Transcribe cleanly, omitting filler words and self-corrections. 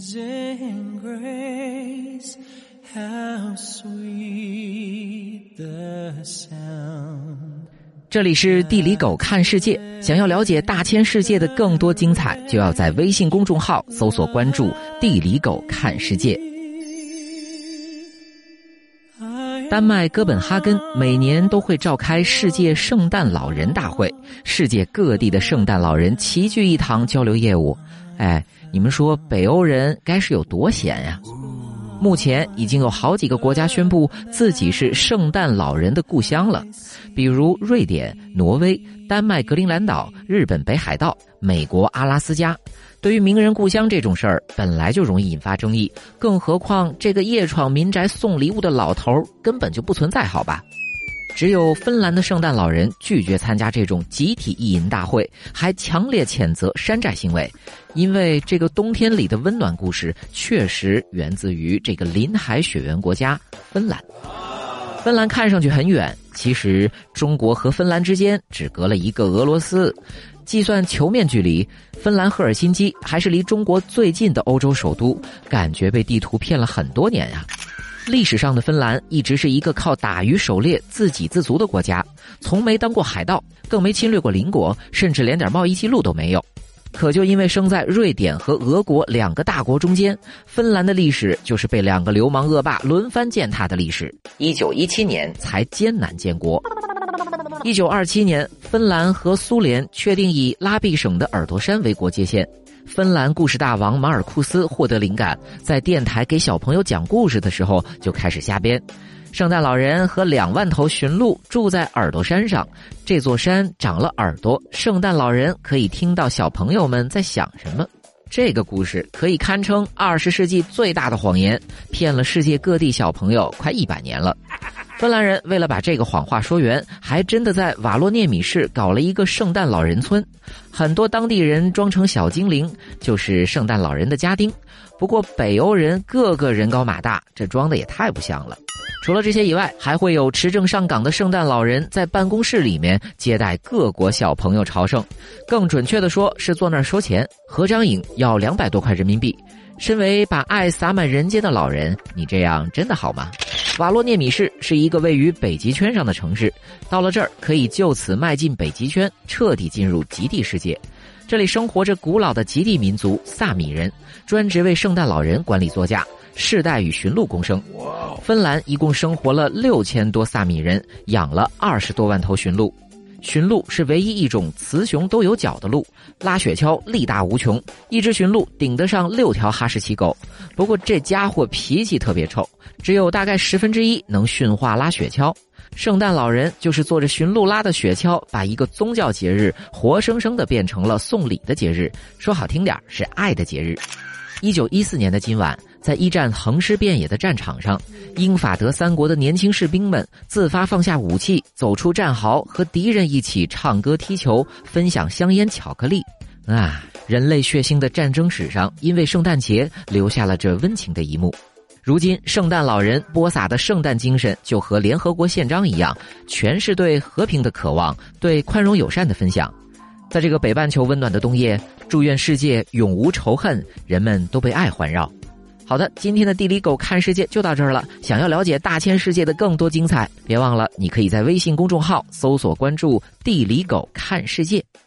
Amazing grace, how sweet the sound。 这里是地理狗看世界，想要了解大千世界的更多精彩，就要在微信公众号搜索关注地理狗看世界。丹麦哥本哈根每年都会召开世界圣诞老人大会，世界各地的圣诞老人齐聚一堂交流业务。你们说北欧人该是有多闲呀？目前已经有好几个国家宣布自己是圣诞老人的故乡了，比如瑞典、挪威、丹麦格陵兰岛、日本北海道、美国阿拉斯加。对于名人故乡这种事儿，本来就容易引发争议，更何况这个夜闯民宅送礼物的老头根本就不存在，好吧？只有芬兰的圣诞老人拒绝参加这种集体意淫大会，还强烈谴责山寨行为，因为这个冬天里的温暖故事确实源自于这个临海雪原国家芬兰。芬兰看上去很远，其实中国和芬兰之间只隔了一个俄罗斯。计算球面距离，芬兰赫尔辛基还是离中国最近的欧洲首都，感觉被地图骗了很多年呀。历史上的芬兰一直是一个靠打鱼狩猎自给自足的国家，从没当过海盗，更没侵略过邻国，甚至连点贸易记录都没有。可就因为生在瑞典和俄国两个大国中间，芬兰的历史就是被两个流氓恶霸轮番践踏的历史。1917年才艰难建国。1927年，芬兰和苏联确定以拉毕省的耳朵山为国界线。芬兰故事大王马尔库斯获得灵感，在电台给小朋友讲故事的时候就开始瞎编。圣诞老人和2万头驯鹿住在耳朵山上，这座山长了耳朵，圣诞老人可以听到小朋友们在想什么。这个故事可以堪称20世纪最大的谎言，骗了世界各地小朋友快100年了。芬兰人为了把这个谎话说圆，还真的在瓦洛涅米市搞了一个圣诞老人村，很多当地人装成小精灵，就是圣诞老人的家丁。不过北欧人个个人高马大，这装的也太不像了。除了这些以外，还会有持证上岗的圣诞老人在办公室里面接待各国小朋友朝圣，更准确的说是坐那儿收钱，合张影要200多块人民币。身为把爱洒满人间的老人，你这样真的好吗？瓦洛涅米市是一个位于北极圈上的城市，到了这儿可以就此迈进北极圈，彻底进入极地世界。这里生活着古老的极地民族萨米人，专职为圣诞老人管理座驾，世代与驯鹿共生。芬兰一共生活了6000多萨米人，养了20多万头驯鹿。驯鹿是唯一一种雌雄都有角的鹿，拉雪橇力大无穷，一只驯鹿顶得上6条哈士奇狗。不过这家伙脾气特别臭，只有大概1/10能驯化拉雪橇。圣诞老人就是坐着驯鹿拉的雪橇，把一个宗教节日活生生地变成了送礼的节日，说好听点是爱的节日。1914年的今晚，在一战横尸遍野的战场上，英法德3国的年轻士兵们自发放下武器，走出战壕，和敌人一起唱歌踢球，分享香烟巧克力。人类血腥的战争史上，因为圣诞节留下了这温情的一幕。如今圣诞老人播撒的圣诞精神就和联合国宪章一样，全是对和平的渴望，对宽容友善的分享。在这个北半球温暖的冬夜，祝愿世界永无仇恨，人们都被爱环绕。好的，今天的地理狗看世界就到这儿了。想要了解大千世界的更多精彩，别忘了你可以在微信公众号搜索关注地理狗看世界。